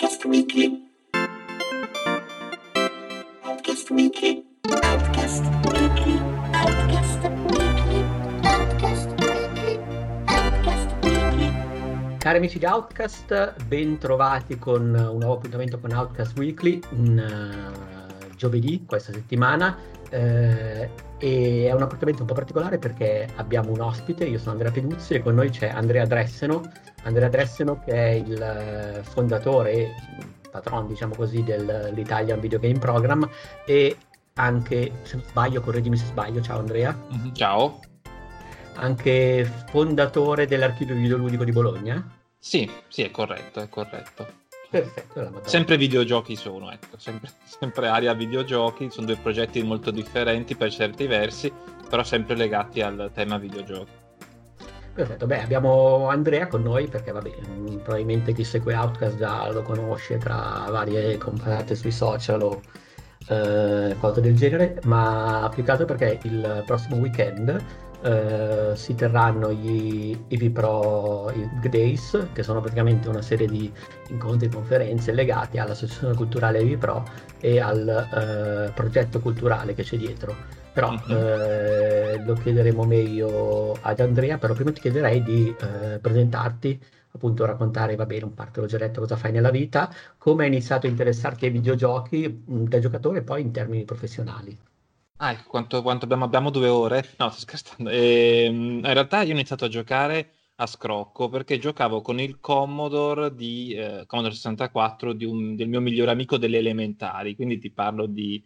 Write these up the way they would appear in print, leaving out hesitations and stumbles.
Outcast Weekly. Outcast Weekly. Outcast Weekly. Outcast Weekly. Outcast Weekly. Outcast Weekly. Cari amici di Outcast, ben trovati con un nuovo appuntamento con Outcast Weekly, giovedì questa settimana, e è un appuntamento un po' particolare perché abbiamo un ospite. Io sono Andrea Peduzzi e con noi c'è Andrea Dresseno che è il fondatore e patron, diciamo così, dell'Italian Video Game Program e anche, se non sbaglio, correggimi se sbaglio, ciao Andrea. Ciao. Anche fondatore dell'Archivio Videoludico di Bologna? Sì, è corretto. Perfetto. Sempre videogiochi sono, ecco, sempre area videogiochi, sono due progetti molto differenti per certi versi, però sempre legati al tema videogiochi. Perfetto, abbiamo Andrea con noi perché probabilmente chi segue Outcast già lo conosce tra varie comparate sui social o cose del genere, ma più che altro perché il prossimo weekend si terranno i VPro Days, che sono praticamente una serie di incontri e conferenze legati all'associazione culturale VPro e al progetto culturale che c'è dietro. Però lo chiederemo meglio ad Andrea. Però prima ti chiederei di presentarti, appunto raccontare, un parte l'ho già detto, cosa fai nella vita, come hai iniziato a interessarti ai videogiochi da giocatore e poi in termini professionali. Ecco, quanto abbiamo 2 ore? No, sto scherzando. In realtà io ho iniziato a giocare a scrocco perché giocavo con il Commodore Commodore 64 del mio migliore amico delle elementari, quindi ti parlo di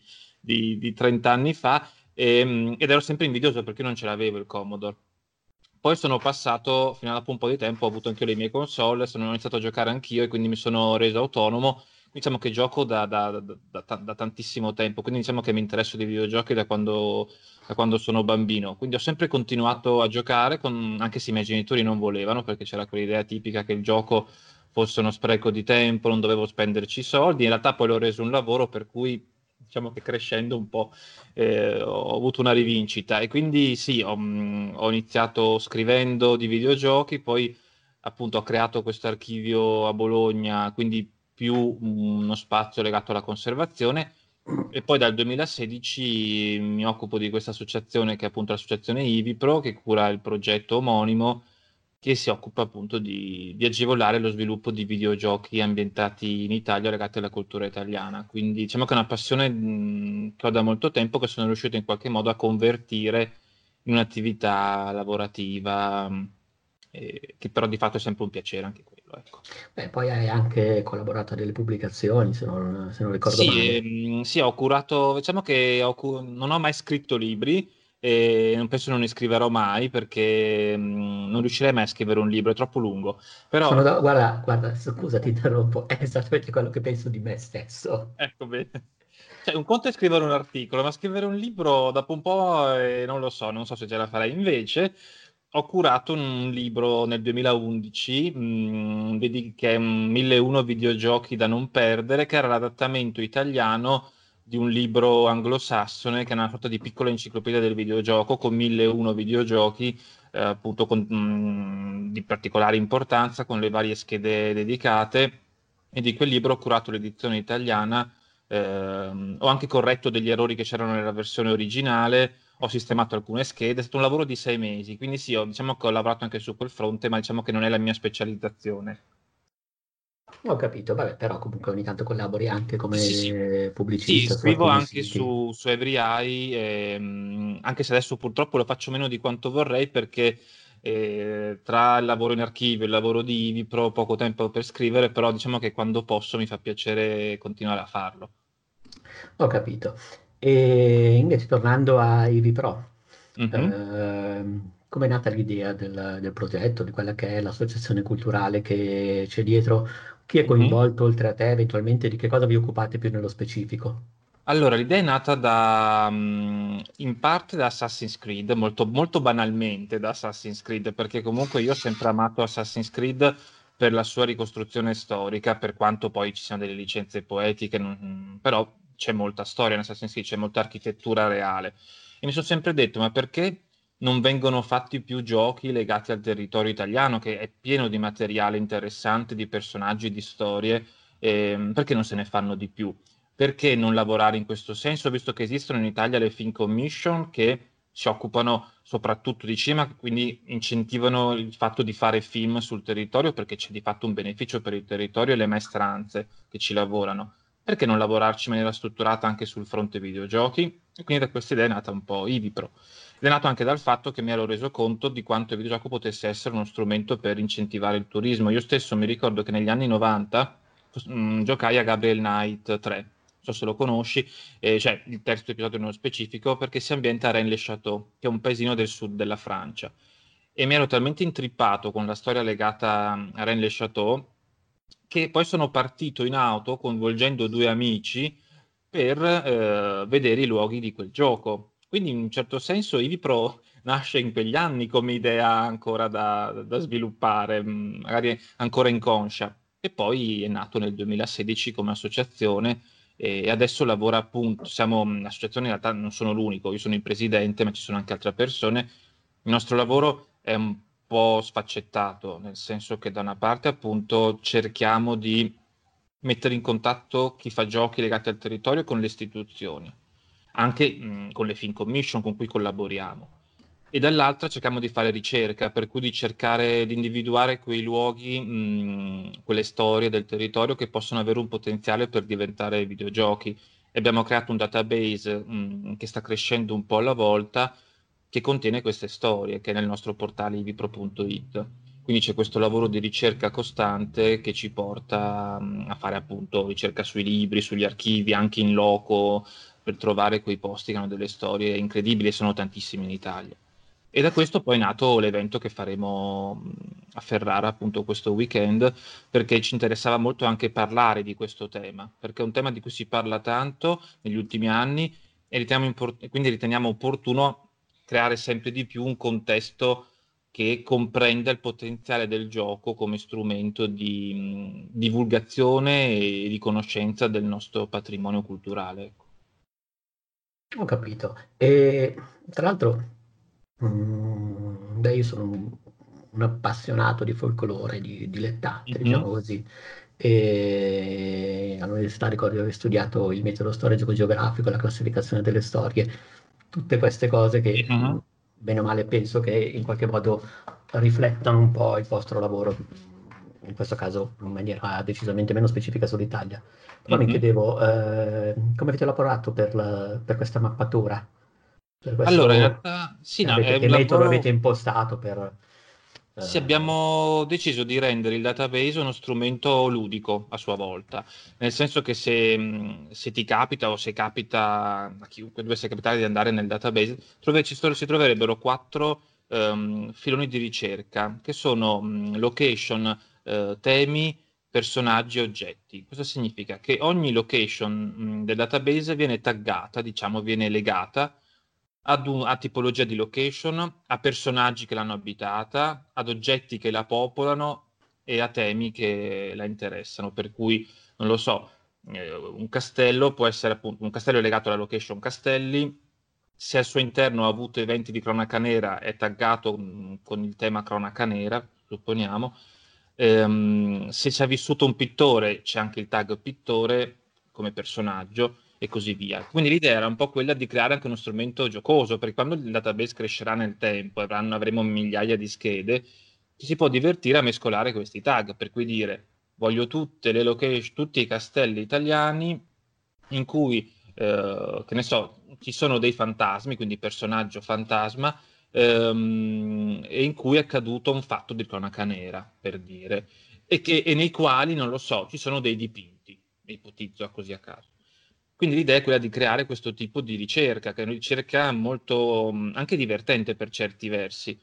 30 anni fa, ed ero sempre invidioso perché io non ce l'avevo il Commodore. Poi sono passato, fino a dopo un po' di tempo, ho avuto anche io le mie console, ho iniziato a giocare anch'io e quindi mi sono reso autonomo. Diciamo che gioco da tantissimo tempo, quindi diciamo che mi interesso di videogiochi da quando sono bambino. Quindi ho sempre continuato a giocare, anche se i miei genitori non volevano, perché c'era quell'idea tipica che il gioco fosse uno spreco di tempo, non dovevo spenderci soldi. In realtà poi l'ho reso un lavoro, per cui diciamo che crescendo un po' ho avuto una rivincita. E quindi sì, ho iniziato scrivendo di videogiochi, poi appunto ho creato questo archivio a Bologna, quindi più uno spazio legato alla conservazione, e poi dal 2016 mi occupo di questa associazione che è appunto l'associazione IVIPRO, che cura il progetto omonimo che si occupa appunto di agevolare lo sviluppo di videogiochi ambientati in Italia legati alla cultura italiana. Quindi diciamo che è una passione che ho da molto tempo, che sono riuscito in qualche modo a convertire in un'attività lavorativa, che però di fatto è sempre un piacere anche quello, ecco. Poi hai anche collaborato a delle pubblicazioni, se non ricordo male. Sì, ho curato, diciamo che non ho mai scritto libri e non penso non ne scriverò mai perché non riuscirei mai a scrivere un libro, è troppo lungo. Però, Guarda, scusa, ti interrompo, è esattamente quello che penso di me stesso. ecco bene. Cioè, un conto è scrivere un articolo, ma scrivere un libro dopo un po', non so se ce la farei. Invece, ho curato un libro nel 2011, vedi che è 1001 videogiochi da non perdere, che era l'adattamento italiano di un libro anglosassone, che è una sorta di piccola enciclopedia del videogioco, con 1001 videogiochi, appunto di particolare importanza, con le varie schede dedicate, e di quel libro ho curato l'edizione italiana. Ho anche corretto degli errori che c'erano nella versione originale, ho sistemato alcune schede, è stato un lavoro di 6 mesi, quindi sì, diciamo che ho lavorato anche su quel fronte, ma diciamo che non è la mia specializzazione. Ho capito, però comunque ogni tanto collabori anche Sì. come Sì, pubblicista su scrivo alcuni anche siti. su EveryEye, anche se adesso purtroppo lo faccio meno di quanto vorrei perché tra il lavoro in archivio e il lavoro di Vipro ho poco tempo per scrivere, però diciamo che quando posso mi fa piacere continuare a farlo. Ho capito. E invece tornando a Ivi Pro, Mhm. come è nata l'idea del progetto, di quella che è l'associazione culturale che c'è dietro? Chi è Mhm. coinvolto oltre a te, eventualmente di che cosa vi occupate più nello specifico? Allora, l'idea è nata in parte da Assassin's Creed, molto, molto banalmente da Assassin's Creed, perché comunque io ho sempre amato Assassin's Creed per la sua ricostruzione storica, per quanto poi ci siano delle licenze poetiche, però c'è molta storia in Assassin's Creed, c'è molta architettura reale. E mi sono sempre detto, ma perché non vengono fatti più giochi legati al territorio italiano, che è pieno di materiale interessante, di personaggi, di storie, perché non se ne fanno di più? Perché non lavorare in questo senso, visto che esistono in Italia le Film Commission che si occupano soprattutto di cinema, quindi incentivano il fatto di fare film sul territorio perché c'è di fatto un beneficio per il territorio e le maestranze che ci lavorano. Perché non lavorarci in maniera strutturata anche sul fronte videogiochi? E quindi da questa idea è nata un po' Ivipro. Ed è nato anche dal fatto che mi ero reso conto di quanto il videogioco potesse essere uno strumento per incentivare il turismo. Io stesso mi ricordo che negli anni 90 giocai a Gabriel Knight 3, non so se lo conosci, cioè il terzo episodio nello specifico, perché si ambienta a Rennes-le-Château, che è un paesino del sud della Francia. E mi ero talmente intrippato con la storia legata a Rennes-le-Château che poi sono partito in auto coinvolgendo due amici per vedere i luoghi di quel gioco. Quindi in un certo senso Ivipro nasce in quegli anni come idea ancora da sviluppare, magari ancora inconscia. E poi è nato nel 2016 come associazione e adesso lavora appunto, siamo un'associazione, in realtà non sono l'unico, io sono il presidente, ma ci sono anche altre persone. Il nostro lavoro è un po' sfaccettato, nel senso che da una parte appunto cerchiamo di mettere in contatto chi fa giochi legati al territorio con le istituzioni, anche con le Film Commission con cui collaboriamo. E dall'altra cerchiamo di fare ricerca, per cui di cercare di individuare quei luoghi, quelle storie del territorio che possono avere un potenziale per diventare videogiochi. E abbiamo creato un database che sta crescendo un po' alla volta, che contiene queste storie, che è nel nostro portale ivipro.it. Quindi c'è questo lavoro di ricerca costante che ci porta a fare appunto ricerca sui libri, sugli archivi, anche in loco, per trovare quei posti che hanno delle storie incredibili e sono tantissimi in Italia. E da questo poi è nato l'evento che faremo a Ferrara appunto questo weekend, perché ci interessava molto anche parlare di questo tema, perché è un tema di cui si parla tanto negli ultimi anni e quindi riteniamo opportuno creare sempre di più un contesto che comprenda il potenziale del gioco come strumento di divulgazione e di conoscenza del nostro patrimonio culturale. Ecco. Ho capito. E tra l'altro, beh, io sono un appassionato di folklore, di dilettante, diciamo Mhm, così. E all'università ricordo di aver studiato il metodo storico-geografico, la classificazione delle storie, tutte queste cose che, mhm, bene o male, penso che in qualche modo riflettano un po' il vostro lavoro, in questo caso in maniera decisamente meno specifica sull'Italia. Però mi mhm. chiedevo, come avete lavorato per questa mappatura? Per Allora, in questo, realtà sì, no, è che un metodo avete lavoro. impostato per... Sì, eh, abbiamo deciso di rendere il database uno strumento ludico a sua volta, nel senso che se ti capita o se capita a chiunque dovesse capitare di andare nel database, si troverebbero quattro filoni di ricerca, che sono location, temi, personaggi e oggetti. Cosa significa? Che ogni location del database viene taggata, diciamo, viene legata a tipologia di location, a personaggi che l'hanno abitata, ad oggetti che la popolano e a temi che la interessano. Per cui, non lo so, un castello può essere appunto un castello è legato alla location castelli. Se al suo interno ha avuto eventi di cronaca nera, è taggato con il tema cronaca nera, supponiamo. Se ci ha vissuto un pittore, c'è anche il tag pittore come personaggio e così via. Quindi l'idea era un po' quella di creare anche uno strumento giocoso, perché quando il database crescerà nel tempo, avremo migliaia di schede, ci si può divertire a mescolare questi tag, per cui dire voglio tutte le location, tutti i castelli italiani in cui, che ne so, ci sono dei fantasmi, quindi personaggio fantasma, e in cui è accaduto un fatto di cronaca nera, per dire, e nei quali, non lo so, ci sono dei dipinti, ipotizzo così a caso. Quindi l'idea è quella di creare questo tipo di ricerca, che è una ricerca molto anche divertente per certi versi.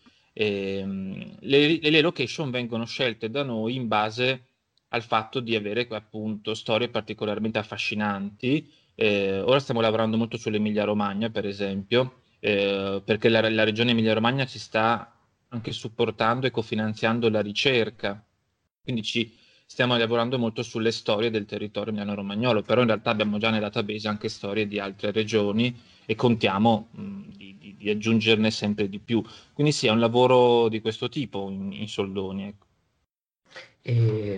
Le location vengono scelte da noi in base al fatto di avere appunto storie particolarmente affascinanti. Ora stiamo lavorando molto sull'Emilia-Romagna, per esempio, perché la regione Emilia-Romagna ci sta anche supportando e cofinanziando la ricerca. Quindi stiamo lavorando molto sulle storie del territorio emiliano-romagnolo, però in realtà abbiamo già nel database anche storie di altre regioni e contiamo di aggiungerne sempre di più. Quindi sì, è un lavoro di questo tipo in soldoni. Ecco. e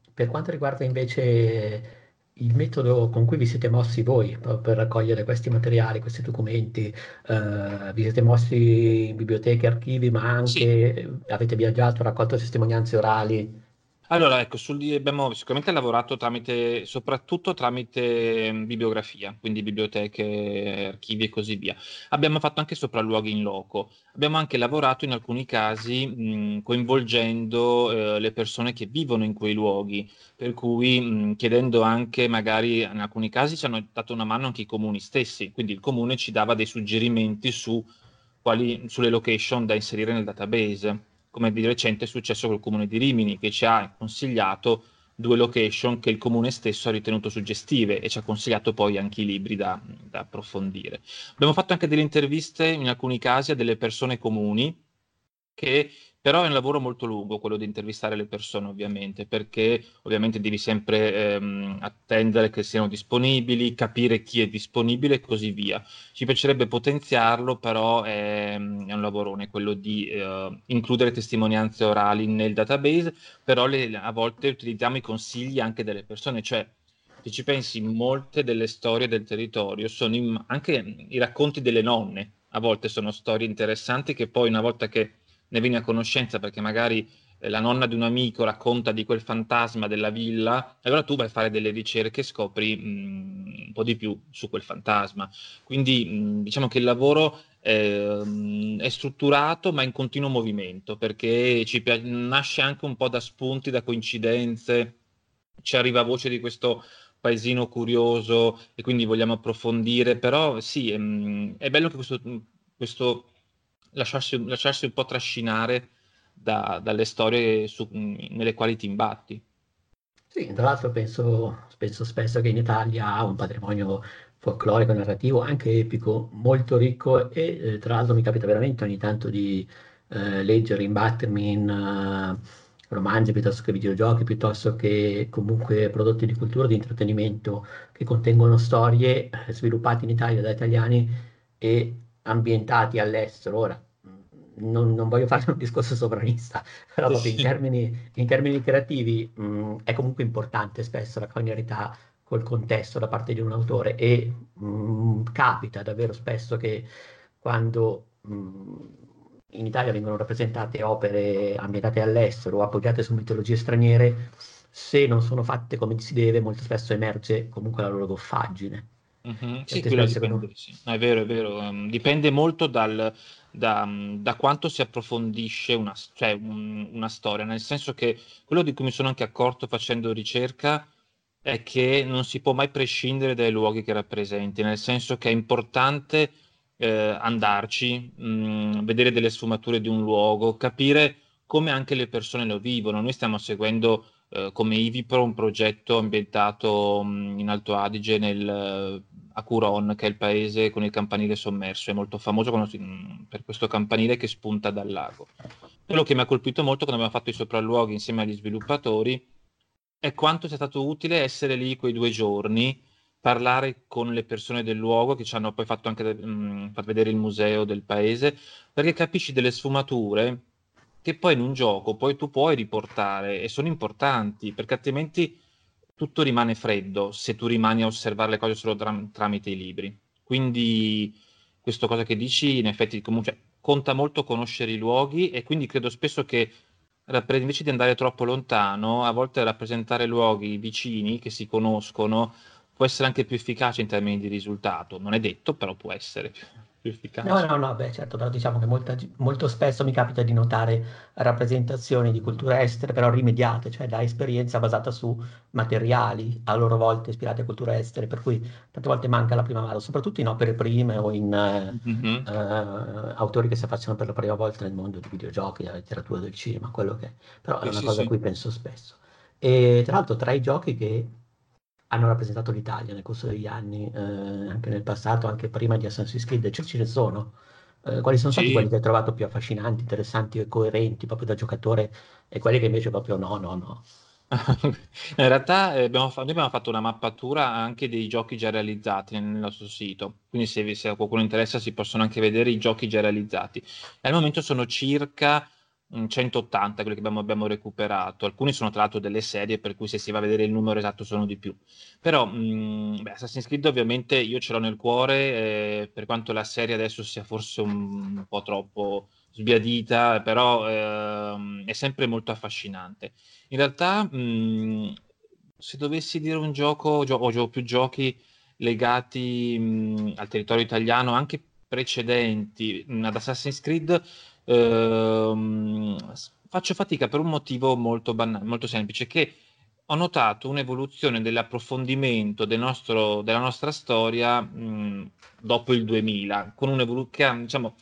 Per quanto riguarda invece il metodo con cui vi siete mossi voi per raccogliere questi materiali, questi documenti, vi siete mossi in biblioteche, archivi, ma Sì. anche avete viaggiato, raccolto testimonianze orali? Allora, ecco, abbiamo sicuramente lavorato soprattutto tramite bibliografia, quindi biblioteche, archivi e così via. Abbiamo fatto anche sopralluoghi in loco. Abbiamo anche lavorato in alcuni casi, coinvolgendo, le persone che vivono in quei luoghi, per cui, chiedendo anche, magari in alcuni casi ci hanno dato una mano anche i comuni stessi, quindi il comune ci dava dei suggerimenti sulle location da inserire nel database, come di recente è successo col comune di Rimini, che ci ha consigliato due location che il comune stesso ha ritenuto suggestive e ci ha consigliato poi anche i libri da approfondire. Abbiamo fatto anche delle interviste in alcuni casi a delle persone comuni, che però è un lavoro molto lungo quello di intervistare le persone, ovviamente, perché ovviamente devi sempre attendere che siano disponibili, capire chi è disponibile e così via. Ci piacerebbe potenziarlo, però è un lavorone quello di includere testimonianze orali nel database, però a volte utilizziamo i consigli anche delle persone, cioè se ci pensi, molte delle storie del territorio sono anche i racconti delle nonne, a volte sono storie interessanti che poi una volta che ne vieni a conoscenza, perché magari la nonna di un amico racconta di quel fantasma della villa, allora tu vai a fare delle ricerche e scopri un po' di più su quel fantasma. Quindi diciamo che il lavoro è strutturato ma in continuo movimento, perché nasce anche un po' da spunti, da coincidenze, ci arriva voce di questo paesino curioso e quindi vogliamo approfondire, però sì, è bello che questo lasciarsi un po' trascinare dalle storie nelle quali ti imbatti. Sì, tra l'altro penso spesso che in Italia ha un patrimonio folclorico, narrativo, anche epico, molto ricco e tra l'altro mi capita veramente ogni tanto di leggere, imbattermi in romanzi piuttosto che videogiochi, piuttosto che comunque prodotti di cultura, di intrattenimento che contengono storie sviluppate in Italia da italiani e ambientati all'estero. Ora, non voglio fare un discorso sovranista, però proprio Sì. in termini creativi, è comunque importante spesso la coniugarità col contesto da parte di un autore e capita davvero spesso che quando in Italia vengono rappresentate opere ambientate all'estero o appoggiate su mitologie straniere, se non sono fatte come si deve, molto spesso emerge comunque la loro goffaggine. Mhm. Sì, Certe quello specie secondo dipende, sì. No, è vero, è vero. Dipende molto da quanto si approfondisce una storia, nel senso che quello di cui mi sono anche accorto facendo ricerca è che non si può mai prescindere dai luoghi che rappresenti, nel senso che è importante andarci, vedere delle sfumature di un luogo, capire come anche le persone lo vivono. Noi stiamo seguendo come Ivipro un progetto ambientato in Alto Adige, a Curon, che è il paese con il campanile sommerso, è molto famoso per questo campanile che spunta dal lago. Quello che mi ha colpito molto quando abbiamo fatto i sopralluoghi insieme agli sviluppatori è quanto sia stato utile essere lì quei 2 giorni, parlare con le persone del luogo che ci hanno poi fatto anche far vedere il museo del paese, perché capisci delle sfumature che poi in un gioco poi tu puoi riportare e sono importanti, perché altrimenti tutto rimane freddo se tu rimani a osservare le cose solo tramite i libri. Quindi questa cosa che dici, in effetti, comunque conta molto conoscere i luoghi e quindi credo spesso che invece di andare troppo lontano, a volte rappresentare luoghi vicini che si conoscono può essere anche più efficace in termini di risultato. Non è detto, però può essere più No, efficace. no, no, beh, certo, però diciamo che molto spesso mi capita di notare rappresentazioni di culture estere, però rimediate, cioè da esperienza basata su materiali a loro volta ispirati a culture estere, per cui tante volte manca la prima mano, soprattutto in opere prime o in Mhm. autori che si affacciano per la prima volta nel mondo dei videogiochi, della letteratura, del cinema, quello che è. Però è Sì, una sì, cosa a sì. cui penso spesso. E tra l'altro tra i giochi che hanno rappresentato l'Italia nel corso degli anni, anche nel passato, anche prima di Assassin's Creed, cioè ce ne sono. Quali sono stati quelli Sì. che hai trovato più affascinanti, interessanti e coerenti proprio da giocatore e quelli che invece proprio no, no, no. In realtà noi abbiamo fatto una mappatura anche dei giochi già realizzati nel nostro sito, quindi se a qualcuno interessa si possono anche vedere i giochi già realizzati. E al momento sono circa 180 quelli che abbiamo recuperato. Alcuni sono tra l'altro delle serie, per cui se si va a vedere il numero esatto sono di più. Però Assassin's Creed ovviamente io ce l'ho nel cuore, per quanto la serie adesso sia forse un po' troppo sbiadita, però è sempre molto affascinante. In realtà, se dovessi dire un gioco, o più giochi legati al territorio italiano, anche precedenti ad Assassin's Creed, faccio fatica per un motivo molto molto semplice, che ho notato un'evoluzione dell'approfondimento della nostra storia dopo il 2000, con un'evoluzione, diciamo,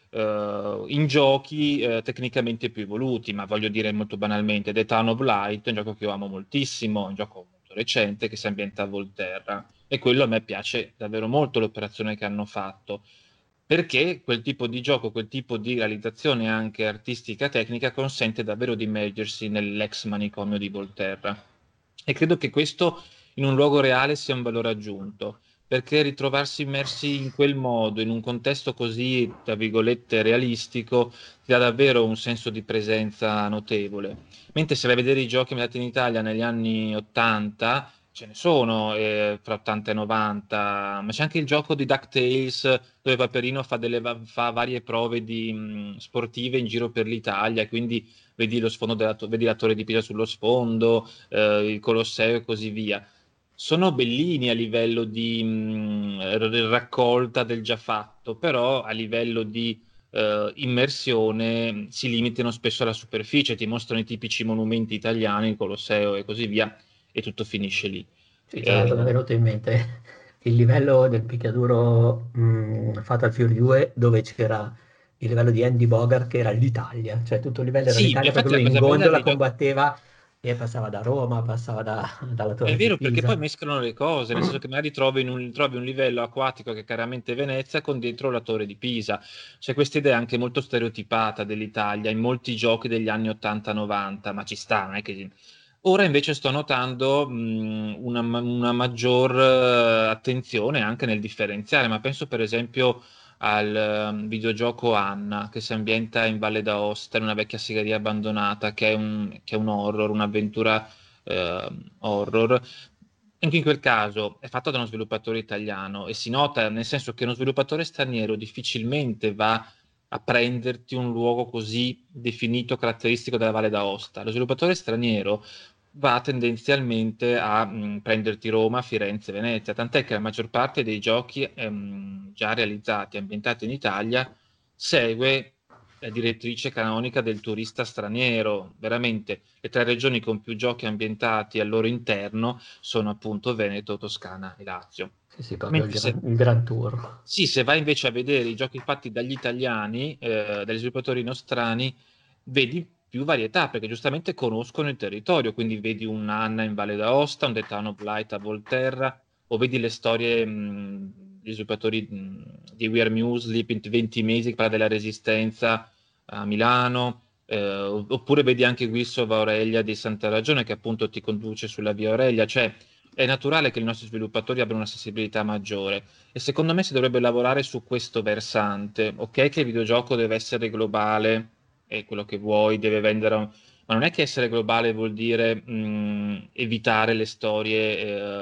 in giochi tecnicamente più evoluti, ma voglio dire molto banalmente, The Town of Light è un gioco che io amo moltissimo, è un gioco molto recente che si ambienta a Volterra, e quello a me piace davvero molto, l'operazione che hanno fatto, perché quel tipo di gioco, quel tipo di realizzazione anche artistica tecnica consente davvero di immergersi nell'ex manicomio di Volterra. E credo che questo in un luogo reale sia un valore aggiunto, perché ritrovarsi immersi in quel modo, in un contesto così, tra virgolette, realistico, ti dà davvero un senso di presenza notevole. Mentre se vai a vedere i giochi ambientati in Italia negli anni 80, ce ne sono fra 80 e 90, ma c'è anche il gioco di DuckTales dove Paperino fa varie prove sportive in giro per l'Italia, quindi vedi lo sfondo vedi la torre di Pisa sullo sfondo, il Colosseo e così via. Sono bellini a livello di raccolta del già fatto, però a livello di immersione si limitano spesso alla superficie, ti mostrano i tipici monumenti italiani, il Colosseo e così via, e tutto finisce lì. Sì, tra l'altro mi è venuto in mente il livello del picchiaduro Fatal Fury 2 dove c'era il livello di Andy Bogart che era l'Italia, cioè tutto il livello era Sì, l'Italia perché infatti la lui in cosa bella gondola dei giochi combatteva e passava da Roma, passava dalla è Torre di vero, perché poi Pisa. mescolano le cose, nel senso che magari trovi un livello acquatico che è chiaramente Venezia con dentro la Torre di Pisa. C'è questa idea anche molto stereotipata dell'Italia in molti giochi degli anni 80-90, ma ci sta, non è che... Ora invece sto notando una maggior attenzione anche nel differenziare, ma penso per esempio al videogioco Anna, che si ambienta in Valle d'Aosta, in una vecchia segheria abbandonata, che è un horror, un'avventura horror. Anche in quel caso è fatto da uno sviluppatore italiano e si nota nel senso che uno sviluppatore straniero difficilmente va a prenderti un luogo così definito caratteristico della Valle d'Aosta. Lo sviluppatore straniero va tendenzialmente a prenderti Roma, Firenze, Venezia, tant'è che la maggior parte dei giochi già realizzati, ambientati in Italia, segue la direttrice canonica del turista straniero. Veramente le tre regioni con più giochi ambientati al loro interno sono appunto Veneto, Toscana e Lazio. Sì, sì, proprio Mentre se, il Grand Tour. sì, se vai invece a vedere i giochi fatti dagli italiani, dagli sviluppatori nostrani, vedi più varietà, perché giustamente conoscono il territorio, quindi vedi un Anna in Valle d'Aosta, un The Town of Light a Volterra, o vedi le storie degli sviluppatori di We Are Muesli, 20 mesi, che parla della resistenza a Milano, oppure vedi anche Guisso Aurelia di Santa Ragione, che appunto ti conduce sulla via Aurelia, cioè è naturale che i nostri sviluppatori abbiano una sensibilità maggiore. E secondo me si dovrebbe lavorare su questo versante. Ok, che il videogioco deve essere globale, è quello che vuoi, deve vendere, ma non è che essere globale vuol dire evitare le storie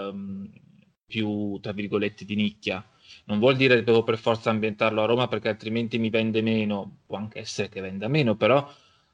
più, tra virgolette, di nicchia. Non vuol dire che devo per forza ambientarlo a Roma perché altrimenti mi vende meno. Può anche essere che venda meno, però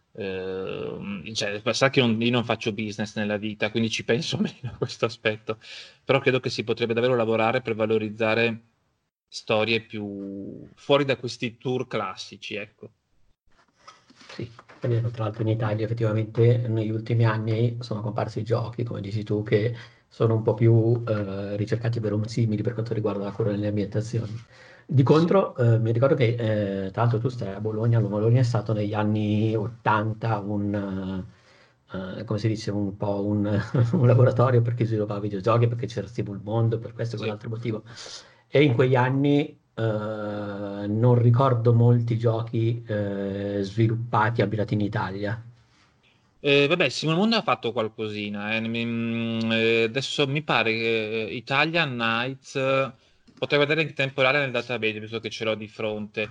cioè, sa che io non faccio business nella vita, quindi ci penso meno a questo aspetto. Però credo che si potrebbe davvero lavorare per valorizzare storie più fuori da questi tour classici, ecco. Sì, è vero, tra l'altro in Italia effettivamente negli ultimi anni sono comparsi giochi, come dici tu, che sono un po' più ricercati e verosimili per quanto riguarda la cura delle ambientazioni. Di Sì. contro, mi ricordo che tra l'altro tu stai a Bologna, Bologna è stato negli anni 80 come si dice, un po' un laboratorio per chi sviluppava videogiochi, perché c'era Steve Mondo, per questo e Sì. quell'altro motivo. E in quegli anni non ricordo molti giochi sviluppati e abitati in Italia. Vabbè, Simon Mondo ha fatto qualcosina. Adesso mi pare che Italian Nights Potrei vedere in tempo reale nel database, visto che ce l'ho di fronte.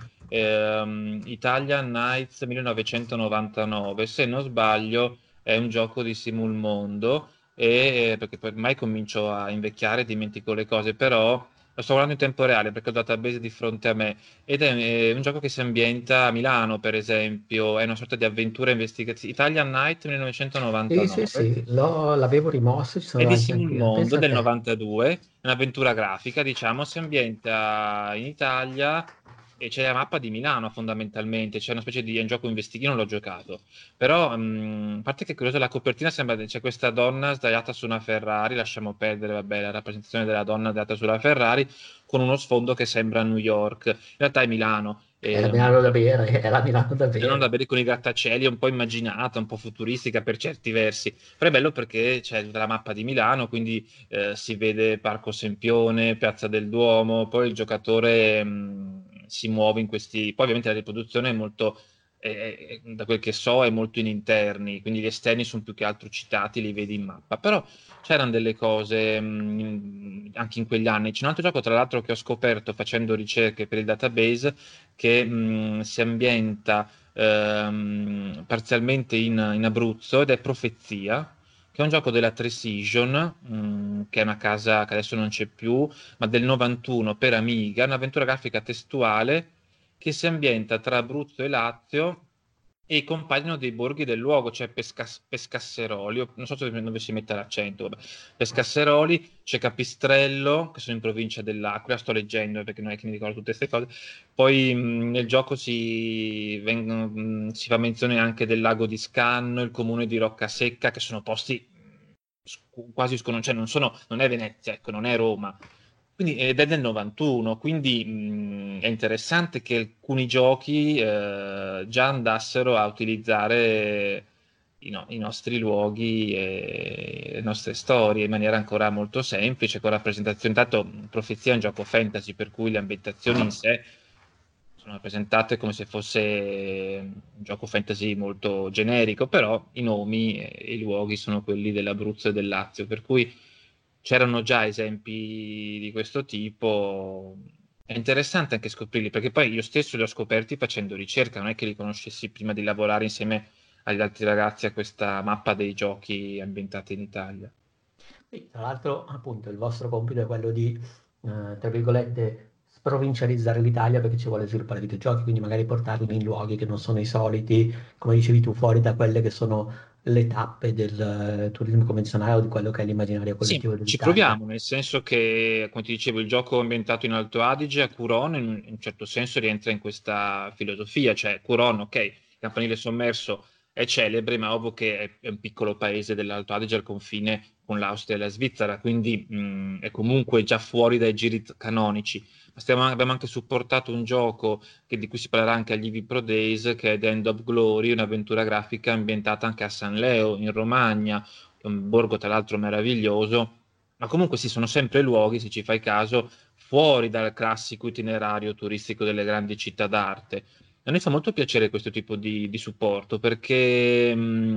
Italian Nights 1999, se non sbaglio è un gioco di Simul Mondo, perché poi ormai comincio a invecchiare, dimentico le cose, però lo sto guardando in tempo reale perché ho il database di fronte a me ed è un gioco che si ambienta a Milano, per esempio, è una sorta di avventura investigativa. Italian Night Sì, sì, 1999. sì, l'avevo rimosso, ci sono È di davanti Simul anch'io. Mondo Pensa a del te. 92, è un'avventura grafica, diciamo, si ambienta in Italia e c'è la mappa di Milano fondamentalmente, c'è una specie di è un gioco investigativo, non l'ho giocato, però a parte che è curioso, la copertina sembra c'è questa donna sdraiata su una Ferrari, lasciamo perdere, vabbè, la rappresentazione della donna sdraiata sulla Ferrari con uno sfondo che sembra New York, in realtà è Milano. Era Milano davvero, era Milano Non da davvero. bere con i grattacieli, è un po' immaginata, un po' futuristica per certi versi, però è bello perché c'è tutta la mappa di Milano, quindi si vede Parco Sempione, Piazza del Duomo, poi il giocatore si muove in questi... Poi ovviamente la riproduzione è molto, da quel che so, è molto in interni, quindi gli esterni sono più che altro citati, li vedi in mappa, però c'erano delle cose anche in quegli anni. C'è un altro gioco, tra l'altro, che ho scoperto facendo ricerche per il database, che si ambienta parzialmente in Abruzzo ed è Profezia, che è un gioco della Precision, che è una casa che adesso non c'è più, ma del 91 per Amiga, un'avventura grafica testuale che si ambienta tra Abruzzo e Lazio e compaiono dei borghi del luogo, cioè Pescasseroli, non so dove si mette l'accento, vabbè. Pescasseroli, c'è Capistrello, che sono in provincia dell'Aquila, sto leggendo perché non è che mi ricordo tutte queste cose. Poi nel gioco si fa menzione anche del lago di Scanno, il comune di Roccasecca, che sono posti quasi sconosciuti, cioè non è Venezia, ecco, non è Roma. Ed è del 91, quindi è interessante che alcuni giochi già andassero a utilizzare i nostri luoghi e le nostre storie in maniera ancora molto semplice, con rappresentazioni. Intanto, Profezia è un gioco fantasy, per cui le ambientazioni in sé sono rappresentate come se fosse un gioco fantasy molto generico, però i nomi e i luoghi sono quelli dell'Abruzzo e del Lazio, per cui c'erano già esempi di questo tipo. È interessante anche scoprirli, perché poi io stesso li ho scoperti facendo ricerca, non è che li conoscessi prima di lavorare insieme agli altri ragazzi a questa mappa dei giochi ambientati in Italia. Sì, tra l'altro, appunto, il vostro compito è quello di, tra virgolette, sprovincializzare l'Italia perché ci vuole sviluppare videogiochi, quindi magari portarli in luoghi che non sono i soliti, come dicevi tu, fuori da quelle che sono le tappe del turismo convenzionale o di quello che è l'immaginario Sì, collettivo ci dell'Italia. proviamo, nel senso che, come ti dicevo, il gioco ambientato in Alto Adige a Curon in un certo senso rientra in questa filosofia, cioè Curon, ok, il campanile sommerso è celebre, ma ovvio che è un piccolo paese dell'Alto Adige al confine con l'Austria e la Svizzera, quindi è comunque già fuori dai giri canonici. Ma abbiamo anche supportato un gioco di cui si parlerà anche agli Ivi Pro Days, che è The End of Glory, un'avventura grafica ambientata anche a San Leo, in Romagna, è un borgo tra l'altro meraviglioso, ma comunque sì, sono sempre luoghi, se ci fai caso, fuori dal classico itinerario turistico delle grandi città d'arte. A noi fa molto piacere questo tipo di supporto perché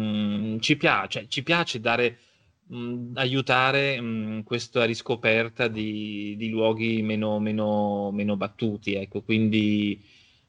ci piace dare, aiutare questa riscoperta di luoghi meno battuti, ecco, quindi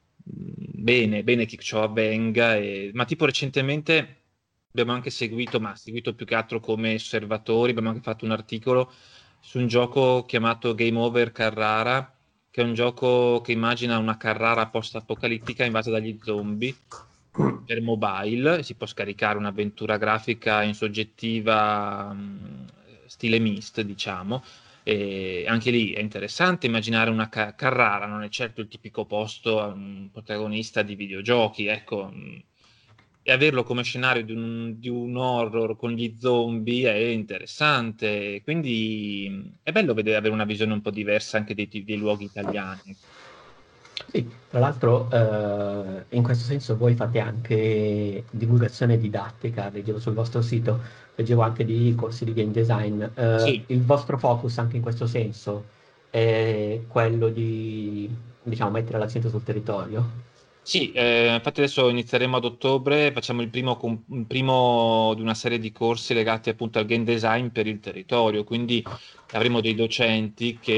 bene, bene che ciò avvenga, ma tipo recentemente abbiamo anche seguito, ma seguito più che altro come osservatori, abbiamo anche fatto un articolo su un gioco chiamato Game Over Carrara, che è un gioco che immagina una Carrara post-apocalittica invasa dagli zombie per mobile, si può scaricare un'avventura grafica in soggettiva, stile Myst, diciamo, e anche lì è interessante immaginare una Carrara, non è certo il tipico posto a un protagonista di videogiochi, ecco, e averlo come scenario di un horror con gli zombie è interessante, quindi è bello vedere, avere una visione un po' diversa anche dei luoghi italiani. Sì, tra l'altro in questo senso voi fate anche divulgazione didattica, leggevo sul vostro sito, leggevo anche di corsi di game design. Sì. Il vostro focus anche in questo senso è quello di, diciamo, mettere l'accento sul territorio? Sì, infatti adesso inizieremo ad ottobre, facciamo il primo di una serie di corsi legati appunto al game design per il territorio, quindi avremo dei docenti che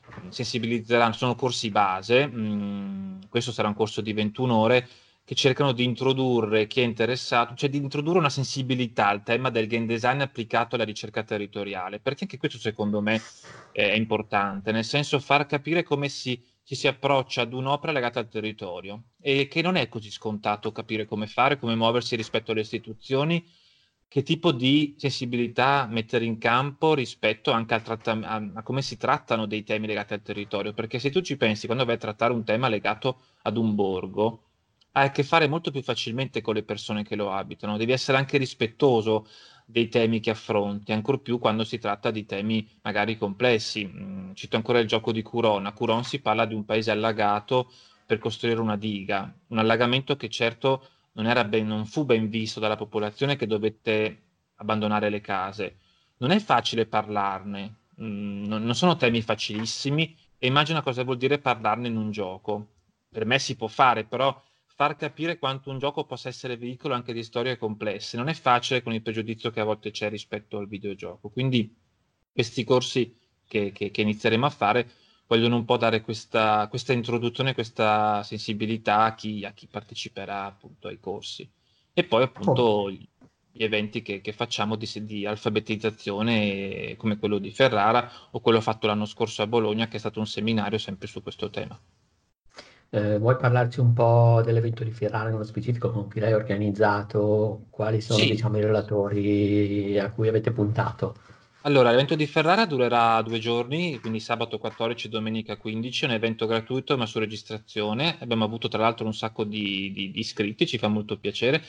sensibilizzeranno, sono corsi base, questo sarà un corso di 21 ore, che cercano di introdurre chi è interessato, cioè di introdurre una sensibilità al tema del game design applicato alla ricerca territoriale, perché anche questo secondo me è importante, nel senso far capire come ci si approccia ad un'opera legata al territorio e che non è così scontato capire come fare, come muoversi rispetto alle istituzioni, che tipo di sensibilità mettere in campo rispetto anche a come si trattano dei temi legati al territorio, perché se tu ci pensi, quando vai a trattare un tema legato ad un borgo, hai a che fare molto più facilmente con le persone che lo abitano, devi essere anche rispettoso dei temi che affronti, ancor più quando si tratta di temi magari complessi. Cito ancora il gioco di Curon. A Curon si parla di un paese allagato per costruire una diga, un allagamento che certo non fu ben visto dalla popolazione, che dovette abbandonare le case. Non è facile parlarne, non sono temi facilissimi e immagina cosa vuol dire parlarne in un gioco. Per me si può fare, però far capire quanto un gioco possa essere veicolo anche di storie complesse non è facile con il pregiudizio che a volte c'è rispetto al videogioco. Quindi questi corsi che inizieremo a fare vogliono un po' dare questa introduzione, questa sensibilità a chi parteciperà appunto ai corsi. E poi Oh, appunto gli eventi che facciamo di alfabetizzazione come quello di Ferrara o quello fatto l'anno scorso a Bologna, che è stato un seminario sempre su questo tema. vuoi parlarci un po' dell'evento di Ferrara nello specifico, con chi l'hai organizzato, quali sono, Sì, diciamo, i relatori a cui avete puntato? allora, l'evento di Ferrara durerà 2 giorni, quindi sabato 14 e domenica 15, è un evento gratuito ma su registrazione. Abbiamo avuto tra l'altro un sacco di iscritti, ci fa molto piacere.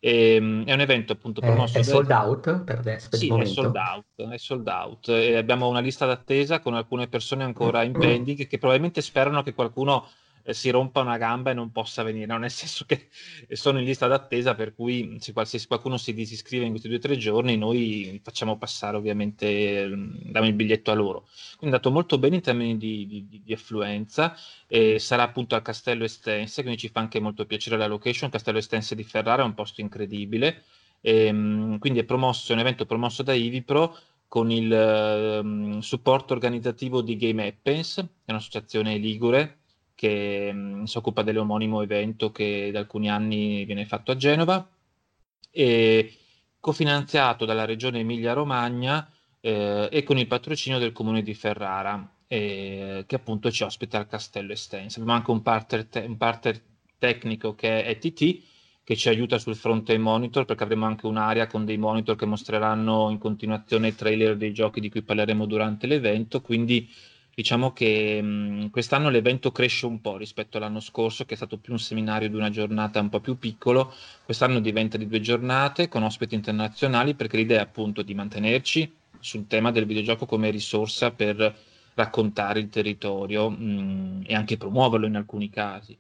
È un evento appunto È promosso da... sold out per il Sì, è sold momento? out, è sold out. E abbiamo una lista d'attesa con alcune persone ancora in pending che probabilmente sperano che qualcuno si rompa una gamba e non possa venire, no? Nel senso che sono in lista d'attesa, per cui se qualsiasi qualcuno si disiscrive in questi 2 o 3 giorni, noi facciamo passare ovviamente, diamo il biglietto a loro. Quindi è andato molto bene in termini di affluenza, e sarà appunto al Castello Estense, quindi ci fa anche molto piacere la location. Castello Estense di Ferrara è un posto incredibile. Quindi è un evento promosso da Ivipro con il supporto organizzativo di Game Happens, che è un'associazione ligure che si occupa dell'omonimo evento che da alcuni anni viene fatto a Genova, e cofinanziato dalla regione Emilia-Romagna e con il patrocinio del comune di Ferrara, che appunto ci ospita al Castello Estense. Abbiamo anche un partner tecnico che è ETT, che ci aiuta sul fronte monitor, perché avremo anche un'area con dei monitor che mostreranno in continuazione i trailer dei giochi di cui parleremo durante l'evento. Quindi diciamo che quest'anno l'evento cresce un po' rispetto all'anno scorso, che è stato più un seminario di una giornata un po' più piccolo. Quest'anno diventa di 2 giornate con ospiti internazionali, perché l'idea è appunto di mantenerci sul tema del videogioco come risorsa per raccontare il territorio, e anche promuoverlo in alcuni casi.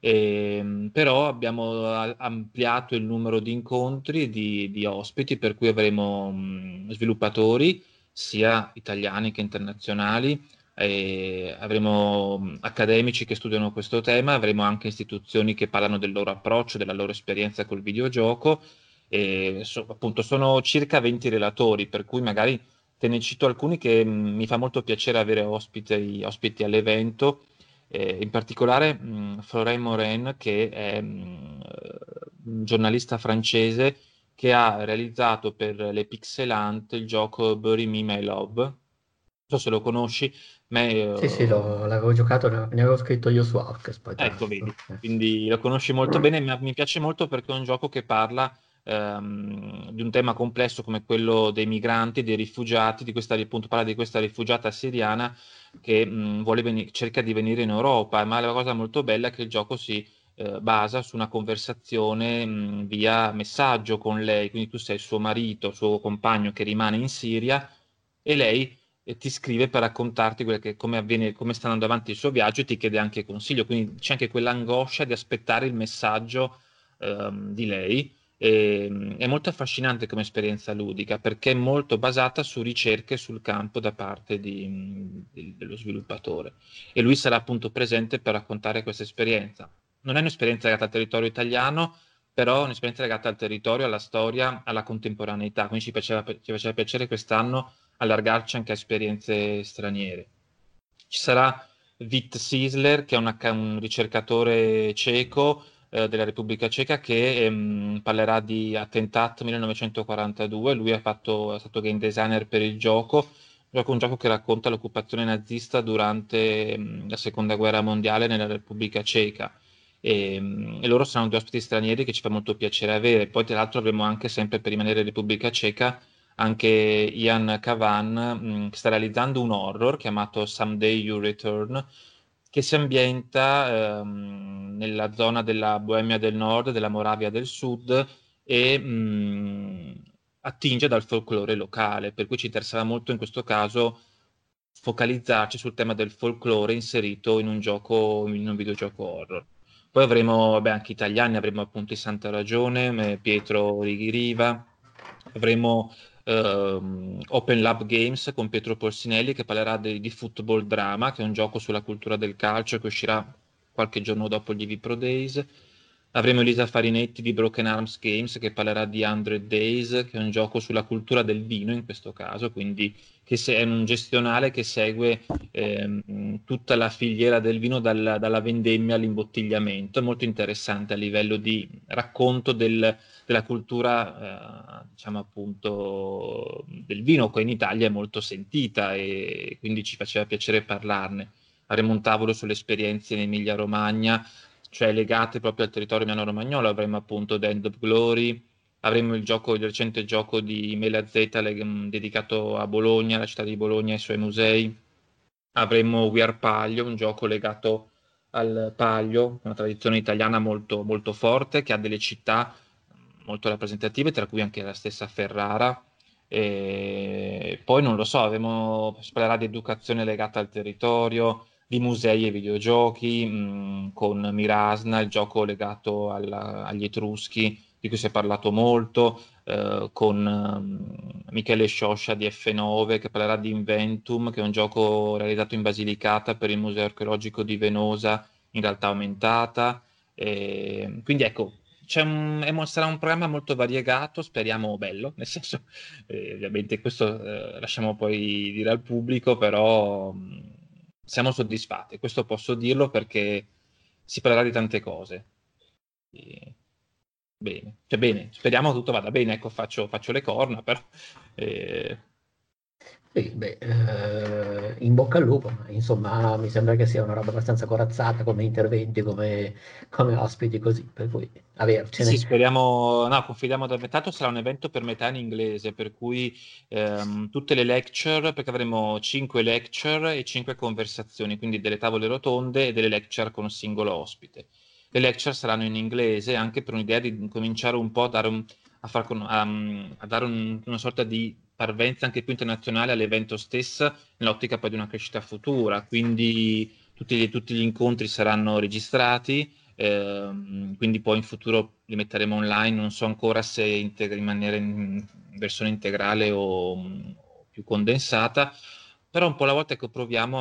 Però abbiamo ampliato il numero di incontri e di ospiti, per cui avremo sviluppatori sia italiani che internazionali, e avremo accademici che studiano questo tema, avremo anche istituzioni che parlano del loro approccio, della loro esperienza col videogioco. E appunto sono circa 20 relatori, per cui magari te ne cito alcuni che mi fa molto piacere avere ospiti all'evento. In particolare Florent Morin, che è un giornalista francese che ha realizzato per le Pixelante il gioco Bury Me My Love. Non so se lo conosci, ma Sì, sì, l'avevo giocato, ne avevo scritto io su Outcast, poi tra ecco, l'altro. vedi, quindi lo conosci molto bene. Mi piace molto perché è un gioco che parla di un tema complesso come quello dei migranti, dei rifugiati, appunto parla di questa rifugiata siriana che cerca di venire in Europa, ma la cosa molto bella è che il gioco si basa su una conversazione via messaggio con lei, quindi tu sei il suo marito, il suo compagno che rimane in Siria, e lei ti scrive per raccontarti come sta andando avanti il suo viaggio, e ti chiede anche consiglio, quindi c'è anche quell'angoscia di aspettare il messaggio di lei. È molto affascinante come esperienza ludica, perché è molto basata su ricerche sul campo da parte dello sviluppatore, e lui sarà appunto presente per raccontare questa esperienza. Non è un'esperienza legata al territorio italiano, però è un'esperienza legata al territorio, alla storia, alla contemporaneità, quindi ci faceva piacere quest'anno allargarci anche a esperienze straniere. Ci sarà Vít Sisler, che è un ricercatore ceco della Repubblica Ceca, che parlerà di Attentat 1942. Lui è stato game designer per il gioco. Un gioco che racconta l'occupazione nazista durante la Seconda Guerra Mondiale nella Repubblica Ceca. E loro saranno due ospiti stranieri che ci fa molto piacere avere. Poi, tra l'altro, avremo anche, sempre per rimanere in Repubblica Ceca, anche Ian Cavan, che sta realizzando un horror chiamato Someday You Return, che si ambienta nella zona della Boemia del Nord, della Moravia del Sud, e attinge dal folklore locale, per cui ci interesserà molto in questo caso focalizzarci sul tema del folklore inserito in un videogioco horror. Poi avremo, vabbè, anche italiani, avremo appunto i Santa Ragione, Pietro Riva, avremo Open Lab Games con Pietro Polsinelli, che parlerà di Football Drama, che è un gioco sulla cultura del calcio che uscirà qualche giorno dopo gli EV Pro Days. Avremo Elisa Farinetti di Broken Arms Games, che parlerà di 100 Days, che è un gioco sulla cultura del vino in questo caso, quindi è un gestionale che segue tutta la filiera del vino dalla vendemmia all'imbottigliamento. È molto interessante a livello di racconto della cultura, diciamo appunto, del vino, che in Italia è molto sentita, e quindi ci faceva piacere parlarne. Avremo un tavolo sulle esperienze in Emilia-Romagna, cioè legate proprio al territorio emiliano-romagnolo. Avremo appunto The End of Glory, avremo il recente gioco di Mela Z dedicato a Bologna, alla città di Bologna e ai suoi musei. Avremo We Are Palio, un gioco legato al Palio, una tradizione italiana molto, molto forte, che ha delle città molto rappresentative, tra cui anche la stessa Ferrara. E poi non lo so, si parlerà di educazione legata al territorio, di musei e videogiochi, con Mirasna, il gioco legato agli Etruschi, di cui si è parlato molto, con Michele Scioscia di F9, che parlerà di Inventum, che è un gioco realizzato in Basilicata per il Museo Archeologico di Venosa in realtà aumentata. Quindi ecco, sarà un programma molto variegato, speriamo bello, nel senso, ovviamente questo lasciamo poi dire al pubblico, però siamo soddisfatti, questo posso dirlo, perché si parlerà di tante cose. E, bene, cioè bene, speriamo tutto vada bene, ecco, faccio le corna, però eh, Sì, beh, in bocca al lupo, ma insomma mi sembra che sia una roba abbastanza corazzata come interventi, come ospiti così, per cui sì, avercene. speriamo, no, confidiamo da tanto sarà un evento per metà in inglese, per cui tutte le lecture, perché avremo 5 lecture e 5 conversazioni, quindi delle tavole rotonde e delle lecture con un singolo ospite. Le lecture saranno in inglese, anche per un'idea di cominciare un po' a dare, a dare una sorta di parvenza anche più internazionale all'evento stesso, nell'ottica poi di una crescita futura. Quindi tutti gli incontri saranno registrati, quindi poi in futuro li metteremo online, non so ancora se rimanere in versione integrale o più condensata, però un po' alla volta, ecco, proviamo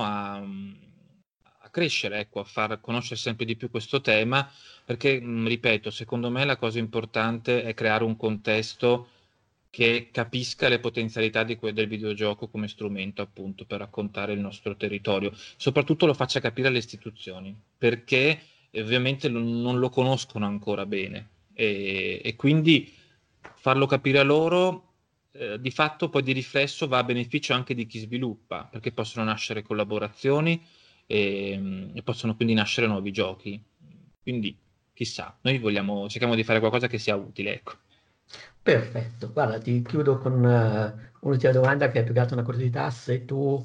a crescere, ecco, a far conoscere sempre di più questo tema, perché, ripeto, secondo me la cosa importante è creare un contesto che capisca le potenzialità del videogioco come strumento, appunto, per raccontare il nostro territorio. Soprattutto lo faccia capire alle istituzioni, perché ovviamente non lo conoscono ancora bene, e quindi farlo capire a loro, di fatto poi di riflesso va a beneficio anche di chi sviluppa, perché possono nascere collaborazioni, e possono quindi nascere nuovi giochi. Quindi chissà, noi cerchiamo di fare qualcosa che sia utile, ecco. Perfetto, guarda, ti chiudo con un'ultima domanda che è più che altro una curiosità. Se tu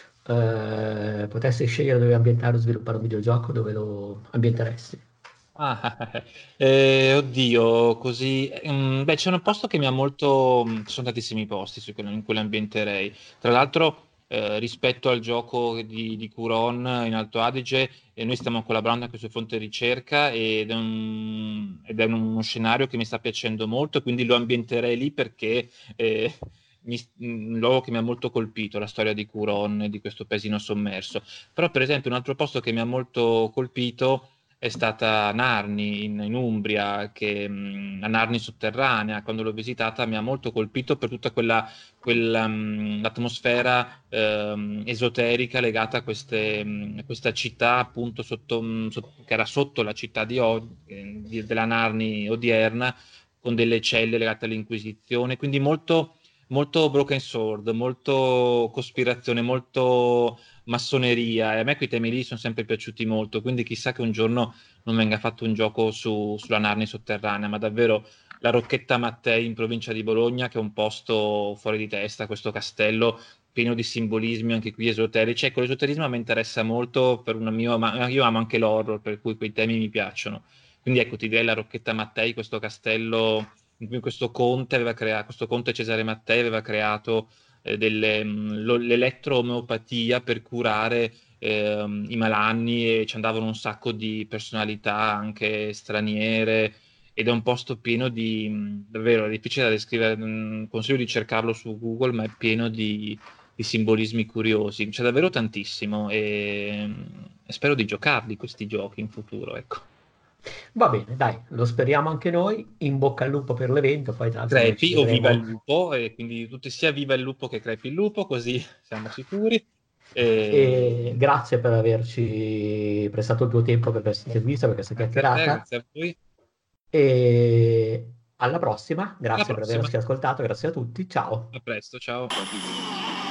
potessi scegliere dove ambientare o sviluppare un videogioco, dove lo ambienteresti? Ah, oddio, così. Beh, c'è un posto che mi ha molto. Ci sono tantissimi posti in cui l'ambienterei. Tra l'altro, rispetto al gioco di Curon in Alto Adige, noi stiamo collaborando anche sul fronte ricerca, ed è uno scenario che mi sta piacendo molto, quindi lo ambienterei lì perché un luogo che mi ha molto colpito, la storia di Curon e di questo paesino sommerso. Però, per esempio, un altro posto che mi ha molto colpito è stata Narni in Umbria, la Narni sotterranea. Quando l'ho visitata mi ha molto colpito per tutta l'atmosfera esoterica legata a questa città appunto che era sotto la città della Narni odierna, con delle celle legate all'Inquisizione, quindi molto, molto Broken Sword, molto cospirazione, molto massoneria, e a me quei temi lì sono sempre piaciuti molto, quindi chissà che un giorno non venga fatto un gioco sulla Narni sotterranea, ma davvero la Rocchetta Mattei in provincia di Bologna, che è un posto fuori di testa, questo castello pieno di simbolismi anche qui esoterici. Ecco, l'esoterismo mi interessa molto ma io amo anche l'horror, per cui quei temi mi piacciono. Quindi ecco, ti direi la Rocchetta Mattei, questo castello in cui questo conte Cesare Mattei aveva creato l'elettroomeopatia per curare i malanni, e ci andavano un sacco di personalità anche straniere, ed è un posto pieno davvero è difficile da descrivere, consiglio di cercarlo su Google, ma è pieno di simbolismi curiosi, c'è davvero tantissimo, e spero di giocarli questi giochi in futuro, ecco. Va bene, dai, lo speriamo anche noi. In bocca al lupo per l'evento. Poi, tra l'altro, noi ci Crepi o viva il vedremo. lupo, e quindi tutti sia viva il lupo che crepi il lupo, così siamo sicuri. E E grazie per averci prestato il tuo tempo per questa intervista, per questa grazie a te, chiacchierata. grazie a voi. E alla prossima. Alla Grazie per prossima. averci ascoltato. Grazie a tutti. Ciao. A presto, ciao.